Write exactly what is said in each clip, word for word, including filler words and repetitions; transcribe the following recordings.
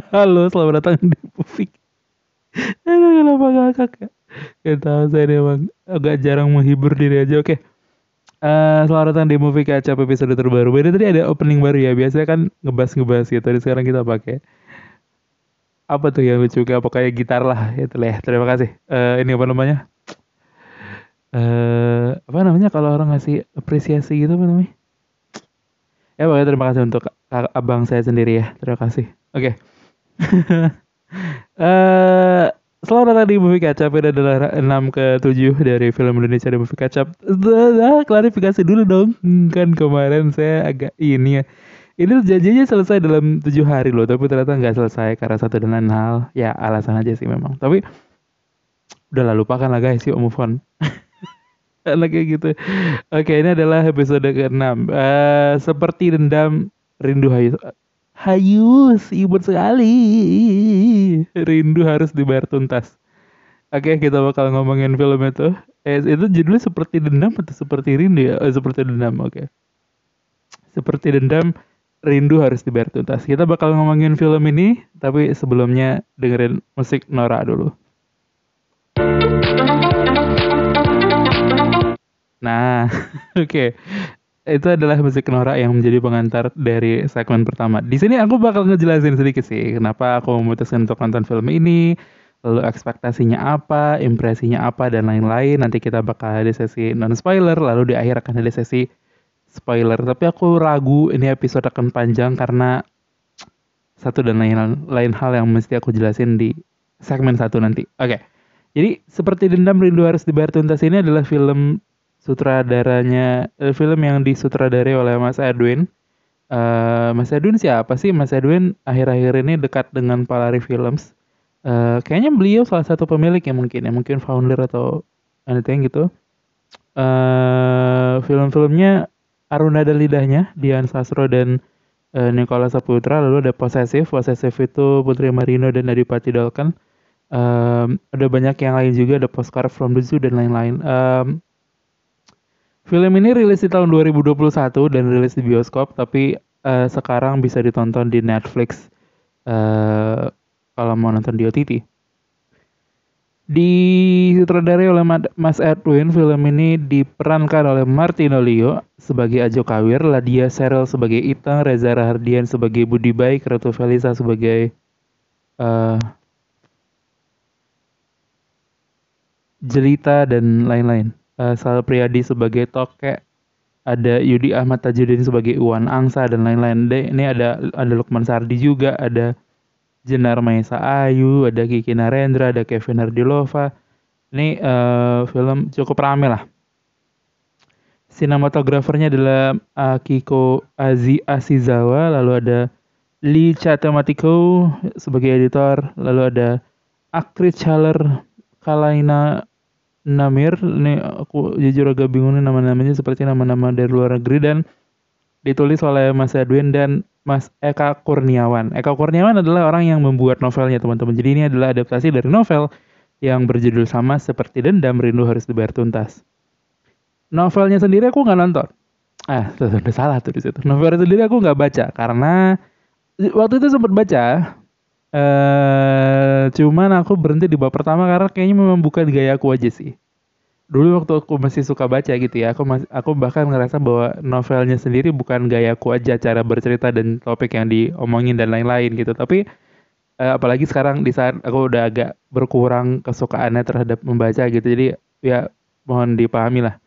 Halo, selamat datang di Pufik. Aduh, kenapa ngakak ya? Gak tahu saya ini emang agak jarang menghibur diri aja. Oke, Eh, selamat datang di Movie Catch Up episode terbaru. Beda tadi ada opening baru ya. Biasanya kan ngebas-ngebas gitu. Tadi sekarang kita pakai apa tuh yang lucu? Kayak apa kayak gitar lah. Itu lah. Ya. Terima kasih. Eh, ini apa namanya? Eh, apa namanya kalau orang ngasih apresiasi gitu apa namanya? Ya pokoknya terima kasih untuk kak- abang saya sendiri ya. Terima kasih. Oke. Eh, Selamat datang di Movie Catch Up. Ini adalah enam ke tujuh dari film Indonesia di Movie Catch Up. Dah, klarifikasi dulu dong. Hmm, Kan kemarin saya agak ini ya. Ini janjinya selesai dalam tujuh hari loh, tapi ternyata nggak selesai karena satu dan lain hal. Ya alasan aja sih memang. Tapi udah lah lupakan lah guys, yuk move on. Karena kayak gitu. Oke, ini adalah episode keenam. Eh seperti dendam rindu hayu. Hayus, imut sekali. Rindu harus dibayar tuntas. Oke, kita bakal ngomongin film itu. Eh, itu judulnya seperti dendam atau seperti rindu ya? Eh, seperti dendam, oke. Seperti dendam, rindu harus dibayar tuntas. Kita bakal ngomongin film ini, tapi sebelumnya dengerin musik Nora dulu. Nah, oke. Itu adalah musik Nora yang menjadi pengantar dari segmen pertama. Di sini aku bakal ngejelasin sedikit sih kenapa aku memutuskan untuk nonton film ini, lalu ekspektasinya apa, impresinya apa dan lain-lain. Nanti kita bakal ada sesi non spoiler, lalu di akhir akan ada sesi spoiler. Tapi aku ragu ini episode akan panjang karena satu dan lain lain hal yang mesti aku jelasin di segmen satu nanti. Oke. Jadi seperti dendam rindu harus dibayar tuntas ini adalah film sutradaranya eh, film yang disutradarai oleh Mas Edwin. Eh, Mas Edwin siapa sih? Mas Edwin akhir-akhir ini dekat dengan Palari Films. Eh, kayaknya beliau salah satu pemilik ya mungkin ya, mungkin founder atau anything gitu. Eh, film-filmnya Aruna dan Lidahnya, Dian Sastro dan eh, Nicholas Saputra. Lalu ada Posesif, Posesif itu Putri Marino dan Adipati Dolken. Um, ada banyak yang lain juga, ada Postcard from the Zoo dan lain-lain. Um, film ini rilis di tahun dua ribu dua puluh satu dan rilis di bioskop, tapi uh, sekarang bisa ditonton di Netflix uh, kalau mau nonton di O T T. Disutradarai oleh Mas Edwin, film ini diperankan oleh Martino Leo sebagai Ajo Kawir, Ladia Serel sebagai Ita, Reza Rahardian sebagai Budi Baik, Ratu Felisa sebagai uh, Jelita dan lain-lain. Uh, Sal Priadi sebagai Tokek, ada Yudi Ahmad Tajudin sebagai Uwan Angsa dan lain-lain. Ini ada ada Lukman Sardi juga, ada Jenar Maesa Ayu, ada Kiki Narendra, ada Kevin Ardilova. Ini uh, film cukup rame lah. Sinematografernya adalah Akiko Azi Asizawa, lalu ada Lee Chatamatiko sebagai editor, lalu ada Akrit Chaler Kalaina Namir. Ini aku jujur agak bingung nih nama-namanya, seperti nama-nama dari luar negeri, dan ditulis oleh Mas Edwin dan Mas Eka Kurniawan. Eka Kurniawan adalah orang yang membuat novelnya teman-teman. Jadi ini adalah adaptasi dari novel yang berjudul sama seperti Dendam Rindu Harus Dibayar Tuntas. Novelnya sendiri aku nggak nonton. Ah, tuh, udah salah tuh di situ. Novelnya sendiri aku nggak baca karena waktu itu sempat baca. Eh, cuman aku berhenti di bab pertama karena kayaknya memang bukan gaya aku aja sih. Dulu waktu aku masih suka baca gitu ya, aku mas, aku bahkan ngerasa bahwa novelnya sendiri bukan gayaku aja, cara bercerita dan topik yang diomongin dan lain-lain gitu. Tapi eh, apalagi sekarang di saat aku udah agak berkurang kesukaannya terhadap membaca gitu, jadi ya mohon dipahami lah.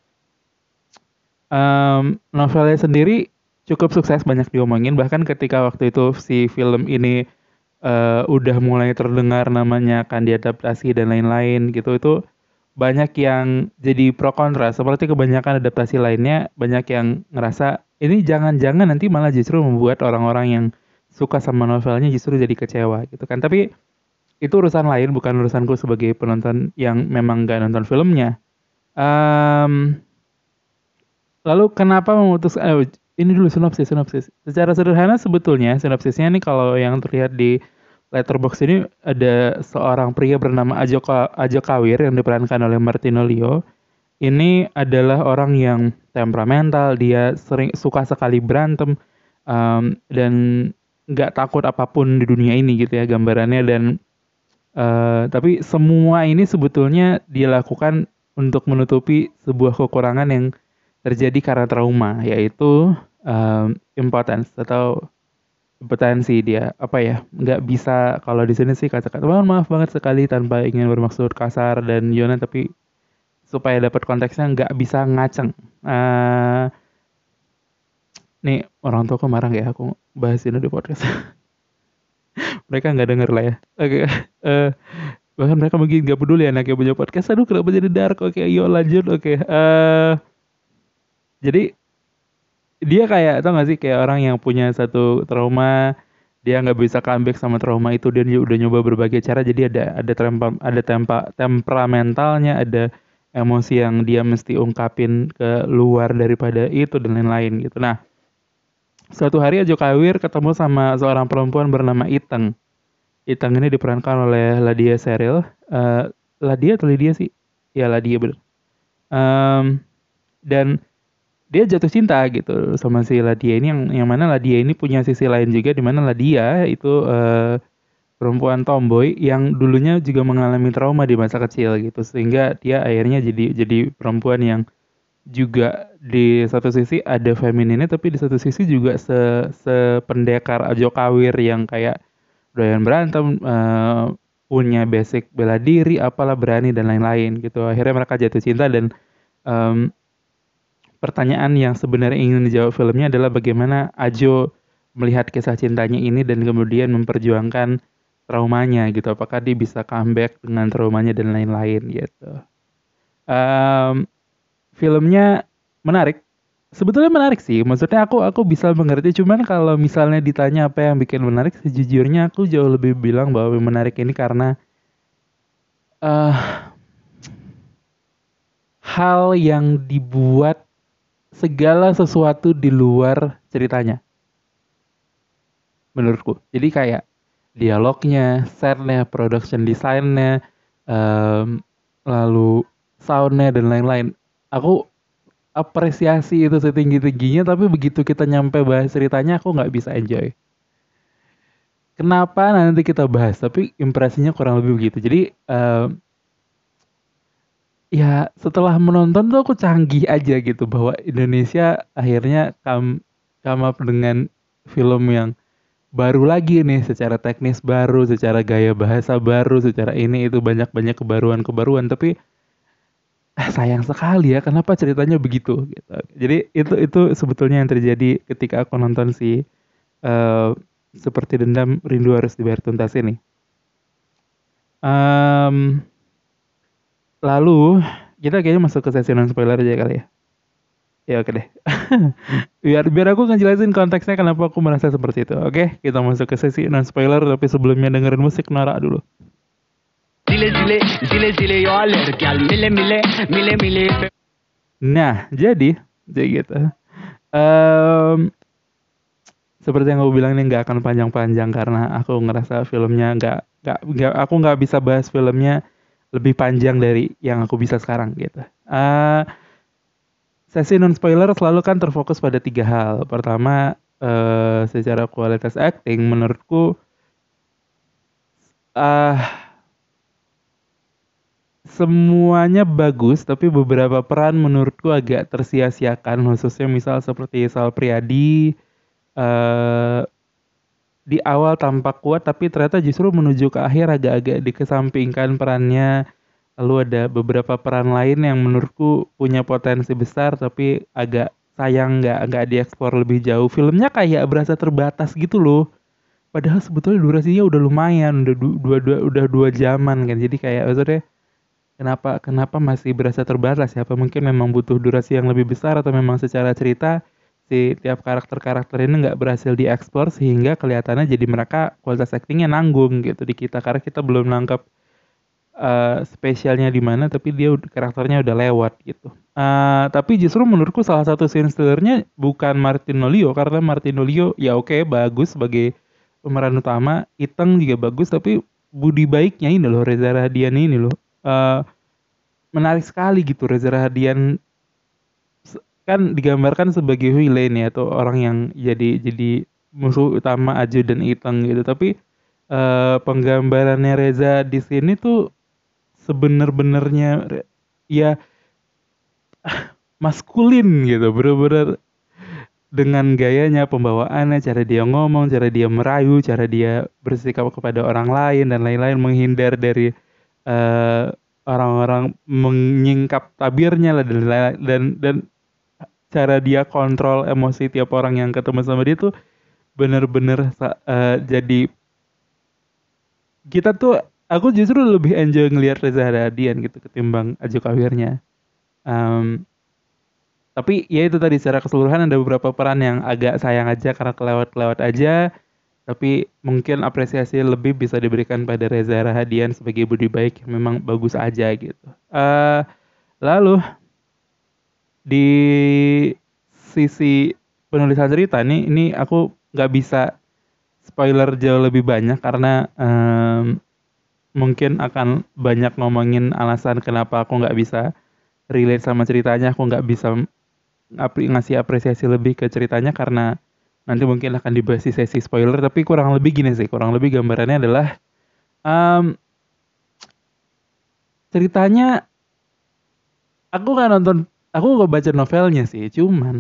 Em, novelnya sendiri cukup sukses, banyak diomongin, bahkan ketika waktu itu si film ini eh, udah mulai terdengar namanya akan diadaptasi dan lain-lain gitu, itu banyak yang jadi pro kontra. Seperti kebanyakan adaptasi lainnya, banyak yang ngerasa ini jangan-jangan nanti malah justru membuat orang-orang yang suka sama novelnya justru jadi kecewa gitu kan. Tapi itu urusan lain, bukan urusanku sebagai penonton yang memang gak nonton filmnya. Em, Lalu kenapa memutuskan, eh, ini dulu sinopsis, sinopsis. Secara sederhana sebetulnya sinopsisnya nih kalau yang terlihat di Letterboxd ini ada seorang pria bernama Ajo, Ka- Ajo Kawir yang diperankan oleh Martino Leo. Ini adalah orang yang temperamental, dia sering suka sekali berantem, um, dan nggak takut apapun di dunia ini gitu ya gambarannya. Dan uh, tapi semua ini sebetulnya dia lakukan untuk menutupi sebuah kekurangan yang terjadi karena trauma, yaitu um, impotence atau impotensi. Dia apa ya, nggak bisa, kalau di sini sih kata-kata "Mohon maaf banget sekali" tanpa ingin bermaksud kasar dan Yona, tapi supaya dapat konteksnya nggak bisa ngaceng. Uh, nih orang tua aku marah ya aku bahas ini di podcast. Mereka nggak denger lah ya. Oke. Eh, bahkan mereka mungkin nggak peduli anaknya punya podcast. Aduh kenapa jadi dark? Oke, yuk lanjut. Oke. Eh, jadi dia kayak, tau gak sih, kayak orang yang punya satu trauma, dia nggak bisa comeback sama trauma itu, dan dia udah nyoba berbagai cara. Jadi ada ada tempa, ada tempa temperamentalnya, ada emosi yang dia mesti ungkapin ke luar daripada itu dan lain-lain gitu. Nah, suatu hari Ajo Kawir ketemu sama seorang perempuan bernama Iteng. Iteng ini diperankan oleh Ladia Seril. Uh, Ladia atau Lydia sih? Ya Ladia bener. Um, dan dia jatuh cinta gitu sama si Ladia ini, yang yang mana Ladia ini punya sisi lain juga, di mana Ladia itu uh, perempuan tomboy yang dulunya juga mengalami trauma di masa kecil gitu, sehingga dia akhirnya jadi jadi perempuan yang juga di satu sisi ada femininnya, tapi di satu sisi juga se sependekar Ajo Kawir yang kayak doyan berantem, uh, punya basic bela diri, apalah, berani dan lain-lain gitu. Akhirnya mereka jatuh cinta, dan um, pertanyaan yang sebenarnya ingin dijawab filmnya adalah bagaimana Ajo melihat kisah cintanya ini dan kemudian memperjuangkan traumanya gitu. Apakah dia bisa comeback dengan traumanya dan lain-lain gitu. Um, filmnya menarik. Sebetulnya menarik sih. Maksudnya aku aku bisa mengerti. Cuman kalau misalnya ditanya apa yang bikin menarik, sejujurnya aku jauh lebih bilang bahwa yang menarik ini karena uh, hal yang dibuat segala sesuatu di luar ceritanya, menurutku. Jadi kayak dialognya, setnya, production desainnya, um, lalu soundnya dan lain-lain. Aku apresiasi itu setinggi-tingginya, tapi begitu kita nyampe bahas ceritanya aku nggak bisa enjoy. Kenapa nanti kita bahas, tapi impresinya kurang lebih begitu. Jadi um, ya setelah menonton tuh aku canggih aja gitu bahwa Indonesia akhirnya come, come up dengan film yang baru lagi nih, secara teknis baru, secara gaya bahasa baru, secara ini itu banyak-banyak kebaruan-kebaruan, tapi ah, sayang sekali ya kenapa ceritanya begitu gitu. Jadi itu itu sebetulnya yang terjadi ketika aku nonton si uh, Seperti Dendam Rindu Harus Dibayar Tuntas ini. Um, lalu kita kayaknya masuk ke sesi non spoiler aja kali ya. Ya oke deh. biar biar aku ngejelasin konteksnya kenapa aku merasa seperti itu. Oke, kita masuk ke sesi non spoiler, tapi sebelumnya dengerin musik Nora dulu. Nah, jadi jadi gitu. Um, seperti yang aku bilang, ini nggak akan panjang-panjang karena aku ngerasa filmnya nggak nggak nggak aku nggak bisa bahas filmnya lebih panjang dari yang aku bisa sekarang gitu. Uh, Sesi non spoiler selalu kan terfokus pada tiga hal. Pertama, uh, secara kualitas acting menurutku uh, semuanya bagus, tapi beberapa peran menurutku agak tersia-siakan, khususnya misal seperti Sal Priadi uh, di awal tampak kuat, tapi ternyata justru menuju ke akhir agak-agak dikesampingkan perannya. Lalu ada beberapa peran lain yang menurutku punya potensi besar, tapi agak sayang nggak nggak dieksplor lebih jauh. Filmnya kayak berasa terbatas gitu loh. Padahal sebetulnya durasinya udah lumayan, udah dua, dua, udah dua jaman kan. Jadi kayak maksudnya kenapa kenapa masih berasa terbatas ya? Apa mungkin memang butuh durasi yang lebih besar, atau memang secara cerita si tiap karakter-karakter ini nggak berhasil dieksplor sehingga kelihatannya jadi mereka kualitas aktingnya nanggung gitu di kita, karena kita belum nangkep uh, spesialnya di mana, tapi dia karakternya udah lewat gitu. Uh, tapi justru menurutku salah satu scene stealernya bukan Martinolio, karena Martinolio ya oke okay, bagus sebagai pemeran utama, Iteng juga bagus, tapi budi baiknya ini loh Reza Rahadian ini loh uh, menarik sekali gitu. Reza Rahadian kan digambarkan sebagai villain ya, atau orang yang jadi jadi musuh utama Aju dan Iteng gitu. Tapi eh, penggambarannya Reza di sini tuh sebener-benernya re- ya maskulin gitu, bener-bener dengan gayanya, pembawaannya, cara dia ngomong, cara dia merayu, cara dia bersikap kepada orang lain dan lain-lain, menghindar dari eh, orang-orang menyingkap tabirnya lah dan lain- dan dan cara dia kontrol emosi tiap orang yang ketemu sama dia tuh bener-bener sa- eh, jadi kita tuh aku justru lebih enjoy ngelihat Reza Radian gitu ketimbang Ajo Kawirnya. Em, tapi ya itu tadi secara keseluruhan ada beberapa peran yang agak sayang aja karena kelewat-kelewat aja. Tapi mungkin apresiasi lebih bisa diberikan pada Reza Rahadian sebagai budi baik yang memang bagus aja gitu. Eh lalu di sisi penulisan cerita nih, ini aku nggak bisa spoiler jauh lebih banyak karena em, mungkin akan banyak ngomongin alasan kenapa aku nggak bisa relate sama ceritanya, aku nggak bisa apri- ngasih apresiasi lebih ke ceritanya karena nanti mungkin akan dibahas di sesi spoiler. Tapi kurang lebih gini sih, kurang lebih gambarannya adalah em, ceritanya aku nggak nonton, aku nggak baca novelnya sih, cuman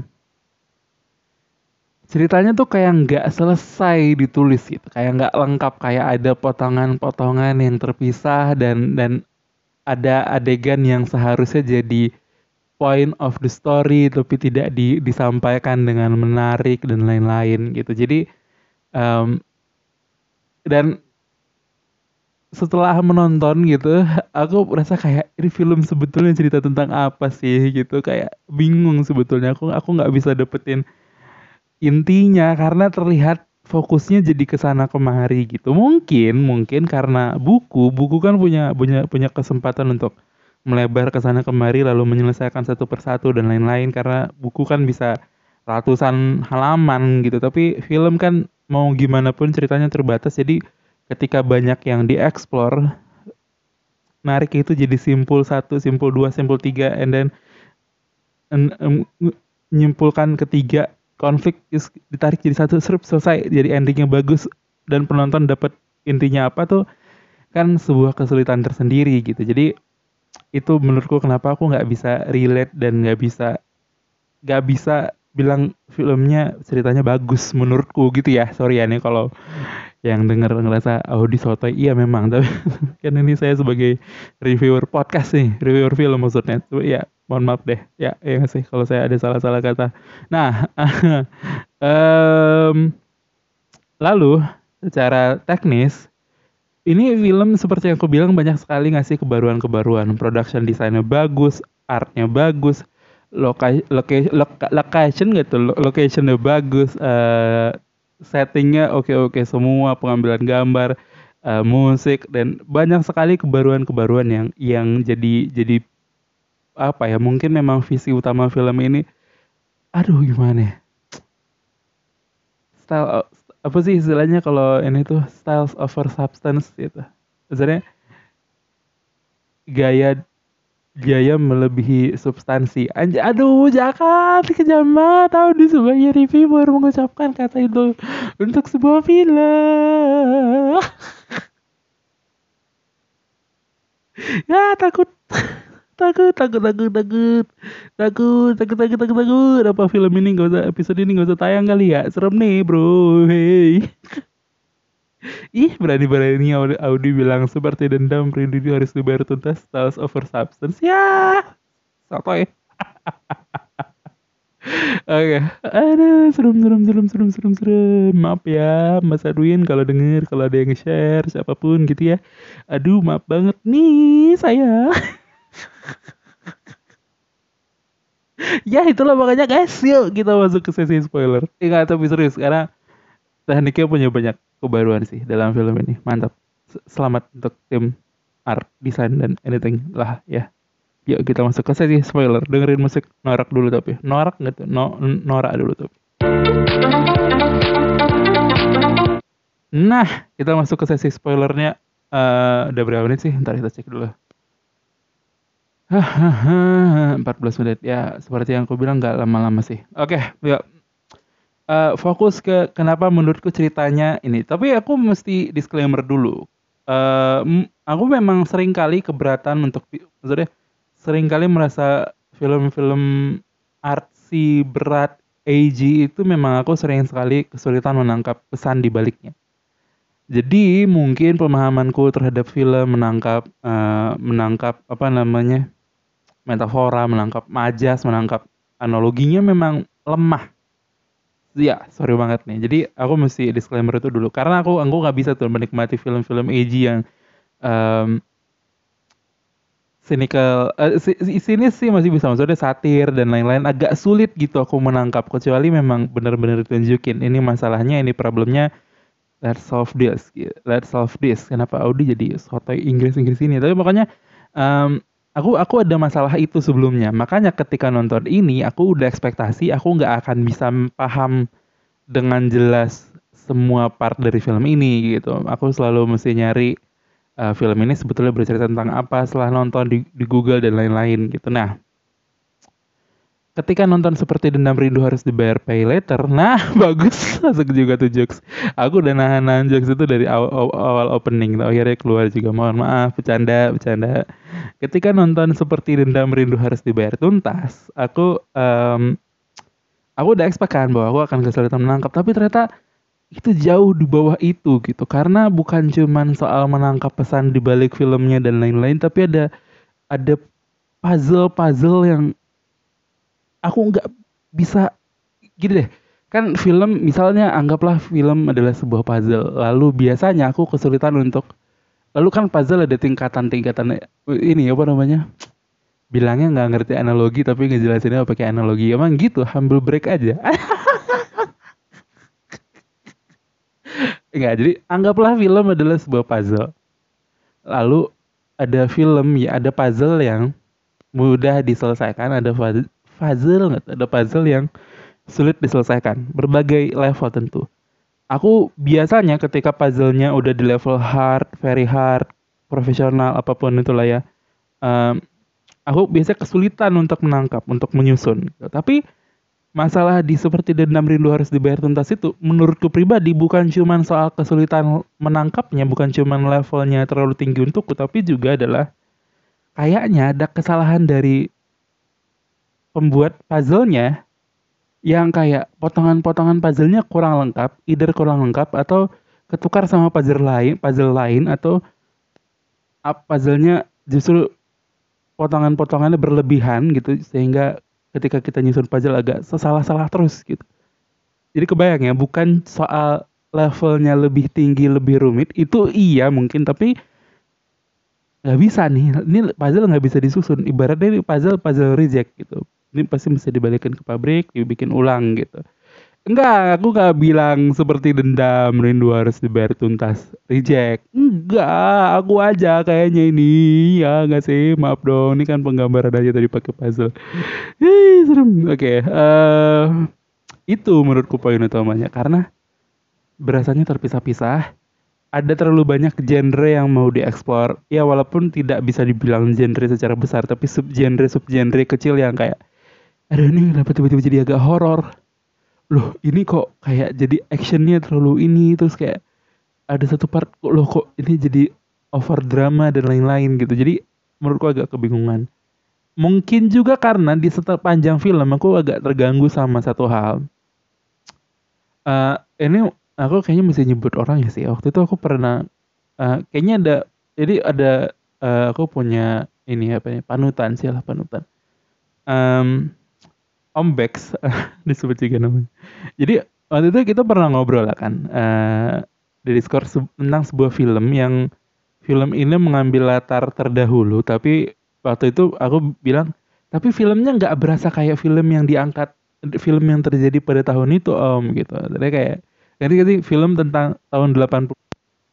ceritanya tuh kayak nggak selesai ditulis gitu, kayak nggak lengkap, kayak ada potongan-potongan yang terpisah dan dan ada adegan yang seharusnya jadi point of the story tapi tidak di, disampaikan dengan menarik dan lain-lain gitu. Jadi em, dan setelah menonton gitu, aku merasa kayak ini film sebetulnya cerita tentang apa sih gitu, kayak bingung sebetulnya, aku aku nggak bisa dapetin intinya karena terlihat fokusnya jadi ke sana kemari gitu. Mungkin mungkin karena buku, buku kan punya punya punya kesempatan untuk melebar ke sana kemari lalu menyelesaikan satu persatu dan lain-lain karena buku kan bisa ratusan halaman gitu. Tapi film kan mau gimana pun ceritanya terbatas. Jadi ketika banyak yang dieksplor, narik itu jadi simpul satu, simpul dua, simpul tiga, and then en- em, menyimpulkan ketiga konflik is- ditarik jadi satu, serp selesai, jadi endingnya bagus dan penonton dapat intinya apa tuh, kan sebuah kesulitan tersendiri gitu. Jadi itu menurutku kenapa aku nggak bisa relate dan nggak bisa nggak bisa bilang filmnya ceritanya bagus menurutku gitu ya. Sorry ya nih kalau yang denger ngerasa oh di sotoy, iya memang, tapi kan ini saya sebagai reviewer podcast nih, reviewer film maksudnya. Coba ya, mohon maaf deh. Ya, ya nggak sih kalau saya ada salah-salah kata. Nah, em, lalu secara teknis ini film seperti yang aku bilang banyak sekali ngasih kebaruan-kebaruan. Production desainnya bagus, artnya bagus, loka, loca- loka- location gitu, lo- locationnya bagus, eh, settingnya oke-oke semua, pengambilan gambar, eh, musik dan banyak sekali kebaruan-kebaruan yang yang jadi jadi apa ya? Mungkin memang visi utama film ini. Aduh gimana ya? Style apa sih istilahnya kalau ini tuh styles over substance gitu. Sebenarnya gaya gaya melebihi substansi. Anj aduh, jangan kejam banget. Tahu di sebagai reviewer mengucapkan kata itu untuk sebuah film. Ya takut, takut, takut, takut, takut, takut, takut, takut, takut, takut. Apa film ini nggak usah, episode ini nggak usah tayang kali ya? Serem nih bro. Hey. Ih, berani-berani Audi, Audi bilang seperti dendam rindu harus dibayar tuntas, styles over substance. Ya, sotoy. Oke, aduh, serem, serem, serem, serem, serem, serem. Maaf ya, Mas Adwin kalau denger, kalau ada yang share, siapapun gitu ya. Aduh, maaf banget nih saya. Ya itulah makanya guys, yuk kita masuk ke sesi spoiler. Ingat tapi serius, karena tekniknya punya banyak kebaruan sih dalam film ini. Mantap. S- Selamat untuk tim art, desain, dan editing lah ya. Yuk kita masuk ke sesi spoiler. Dengerin musik norak dulu tapi. Norak nggak tuh? No, norak dulu tuh. Nah, kita masuk ke sesi spoilernya. Eh udah berapa menit sih? Ntar kita cek dulu. Hahaha, empat belas menit. Ya, seperti yang aku bilang nggak lama-lama sih. Oke, yuk. eh, fokus ke kenapa menurutku ceritanya ini. Tapi aku mesti disclaimer dulu. Eh, m- aku memang sering kali keberatan untuk, fi- maksudnya sering kali merasa film-film artsy berat A G itu memang aku sering sekali kesulitan menangkap pesan di baliknya. Jadi mungkin pemahamanku terhadap film menangkap eh, menangkap apa namanya metafora, menangkap majas, menangkap analoginya memang lemah. Iya, sorry banget nih. Jadi aku mesti disclaimer itu dulu karena aku aku nggak bisa tuh menikmati film-film A G yang em, cynical. Eh, si, si- sini sih masih bisa, maksudnya satir dan lain-lain agak sulit gitu aku menangkap kecuali memang benar-benar ditunjukin ini masalahnya, ini problemnya, let's solve this gitu. Let's solve this. Kenapa Audi jadi sotoy Inggris-Inggris ini? Tapi pokoknya em, aku aku ada masalah itu sebelumnya. Makanya ketika nonton ini aku udah ekspektasi aku nggak akan bisa paham dengan jelas semua part dari film ini gitu. Aku selalu mesti nyari eh, film ini sebetulnya bercerita tentang apa setelah nonton di, di Google dan lain-lain gitu. Nah, ketika nonton seperti Dendam Rindu Harus Dibayar Pay Later, nah bagus, masuk juga tuh jokes. Aku udah nahan-nahan jokes itu dari awal, awal opening, akhirnya keluar juga. Mohon maaf, bercanda, bercanda. Ketika nonton seperti Dendam Rindu Harus Dibayar Tuntas, aku em, aku udah expect kan bahwa aku akan kesulitan menangkap, tapi ternyata itu jauh di bawah itu gitu karena bukan cuman soal menangkap pesan di balik filmnya dan lain-lain tapi ada ada puzzle-puzzle yang aku nggak bisa gini deh. Kan film misalnya anggaplah film adalah sebuah puzzle lalu biasanya aku kesulitan untuk lalu kan puzzle ada tingkatan-tingkatan ini apa namanya bilangnya nggak ngerti analogi tapi ngejelasinnya pakai analogi emang gitu humble break aja. Enggak, jadi anggaplah film adalah sebuah puzzle. Lalu ada film ya, ada puzzle yang mudah diselesaikan, ada puzzle nggak? Ada puzzle yang sulit diselesaikan, berbagai level tentu. Aku biasanya ketika puzzle-nya udah di level hard, very hard, profesional apapun itulah ya, em, aku biasanya kesulitan untuk menangkap, untuk menyusun. Tapi masalah di seperti Dendam Rindu Harus Dibayar Tuntas itu menurutku pribadi bukan cuman soal kesulitan menangkapnya, bukan cuman levelnya terlalu tinggi untukku, tapi juga adalah kayaknya ada kesalahan dari pembuat puzzle-nya yang kayak potongan-potongan puzzle-nya kurang lengkap, either kurang lengkap atau ketukar sama puzzle lain, puzzle lain atau up puzzle-nya justru potongan-potongannya berlebihan gitu sehingga ketika kita nyusun puzzle agak salah-salah terus gitu. Jadi kebayang ya, bukan soal levelnya lebih tinggi, lebih rumit, itu iya mungkin, tapi nggak bisa nih, ini puzzle nggak bisa disusun. Ibaratnya ini puzzle puzzle reject gitu. Ini pasti bisa dibalikin ke pabrik, dibikin ulang gitu. Enggak, aku nggak bilang seperti Dendam Rindu Harus Dibayar Tuntas reject. Enggak, aku aja kayaknya ini ya nggak sih, maaf dong, ini kan penggambaran aja tadi pakai puzzle. Ih, serem. Oke, eh itu menurutku poin utamanya karena berasanya terpisah-pisah, ada terlalu banyak genre yang mau dieksplor. Ya walaupun tidak bisa dibilang genre secara besar, tapi subgenre subgenre kecil yang kayak, aduh ini kenapa tiba-tiba jadi agak horor. Loh ini kok kayak jadi actionnya terlalu ini, terus kayak ada satu part kok loh kok ini jadi over drama dan lain-lain gitu. Jadi menurutku agak kebingungan. Mungkin juga karena di setelah panjang film aku agak terganggu sama satu hal. Eh ini aku kayaknya mesti nyebut orang ya sih. Waktu itu aku pernah eh, kayaknya ada jadi ada eh, aku punya ini apa ya panutan sih lah panutan. Em, Om Bex disebut juga namanya. Jadi waktu itu kita pernah ngobrol lah kan eh di Discord se- tentang sebuah film yang film ini mengambil latar terdahulu tapi waktu itu aku bilang tapi filmnya nggak berasa kayak film yang diangkat film yang terjadi pada tahun itu om gitu. Jadi kayak jadi jadi film tentang tahun delapan puluh.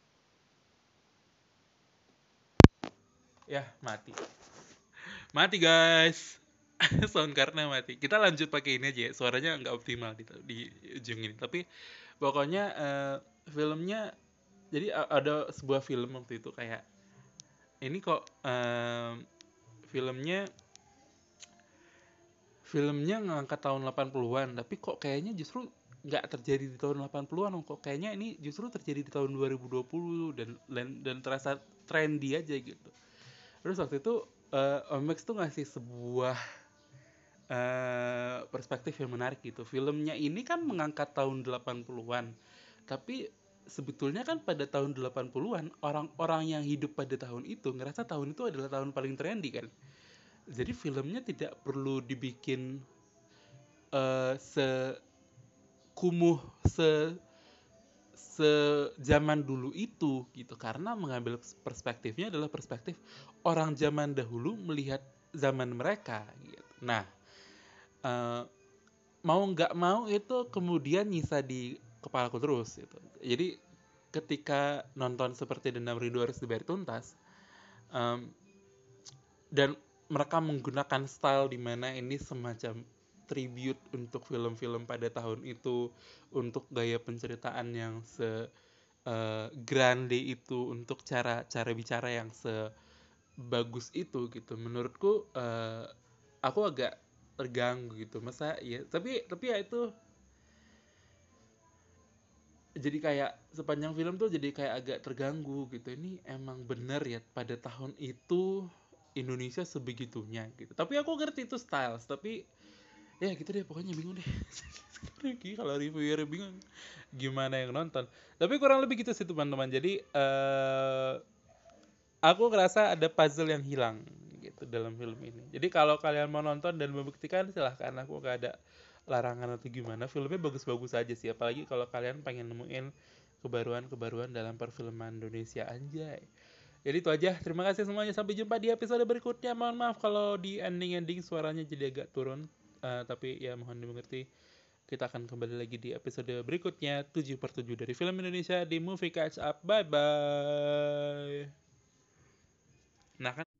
Ya mati. Mati guys. Sound karena mati. Kita lanjut pakai ini aja ya. Suaranya nggak optimal di, di ujung ini. Tapi pokoknya eh, filmnya jadi a- ada sebuah film waktu itu kayak ini kok em, filmnya filmnya ngangkat tahun delapan puluhan-an tapi kok kayaknya justru nggak terjadi di tahun delapan puluhan kok, kayaknya ini justru terjadi di tahun dua ribu dua puluh dan dan, dan terasa trendy aja gitu. Terus waktu itu uh, Omex tuh ngasih sebuah uh, perspektif yang menarik gitu. Filmnya ini kan mengangkat tahun delapan puluhan, tapi sebetulnya kan pada tahun delapan puluhan orang-orang yang hidup pada tahun itu ngerasa tahun itu adalah tahun paling trendy kan. Jadi filmnya tidak perlu dibikin uh, sekumuh se sejaman dulu itu gitu, karena mengambil perspektifnya adalah perspektif orang zaman dahulu melihat zaman mereka gitu. Nah, uh, mau nggak mau itu kemudian nyisa di kepalaku terus gitu. Jadi ketika nonton seperti Dendam Rindu Harus Dibayar Tuntas, um, dan mereka menggunakan style di mana ini semacam tribute untuk film-film pada tahun itu, untuk gaya penceritaan yang se uh, grande itu, untuk cara cara bicara yang sebagus itu gitu. Menurutku uh, aku agak terganggu gitu. Masa ya, tapi tapi ya itu jadi kayak sepanjang film tuh jadi kayak agak terganggu gitu. Ini emang bener ya pada tahun itu Indonesia sebegitunya gitu. Tapi aku ngerti itu styles, tapi ya gitu deh, pokoknya bingung deh. Kalau reviewer bingung gimana yang nonton. Tapi kurang lebih gitu sih teman-teman. Jadi eh aku ngerasa ada puzzle yang hilang gitu dalam film ini. Jadi kalau kalian mau nonton dan membuktikan, silahkan, aku gak ada larangan atau gimana. Filmnya bagus-bagus aja sih, apalagi kalau kalian pengen nemuin kebaruan-kebaruan dalam perfilman Indonesia, anjay. Jadi itu aja, terima kasih semuanya, sampai jumpa di episode berikutnya. Mohon maaf kalau di ending-ending suaranya jadi agak turun, uh, tapi ya mohon dimengerti. Kita akan kembali lagi di episode berikutnya, tujuh per tujuh dari film Indonesia di Movie Catch Up. Bye bye. Nah kan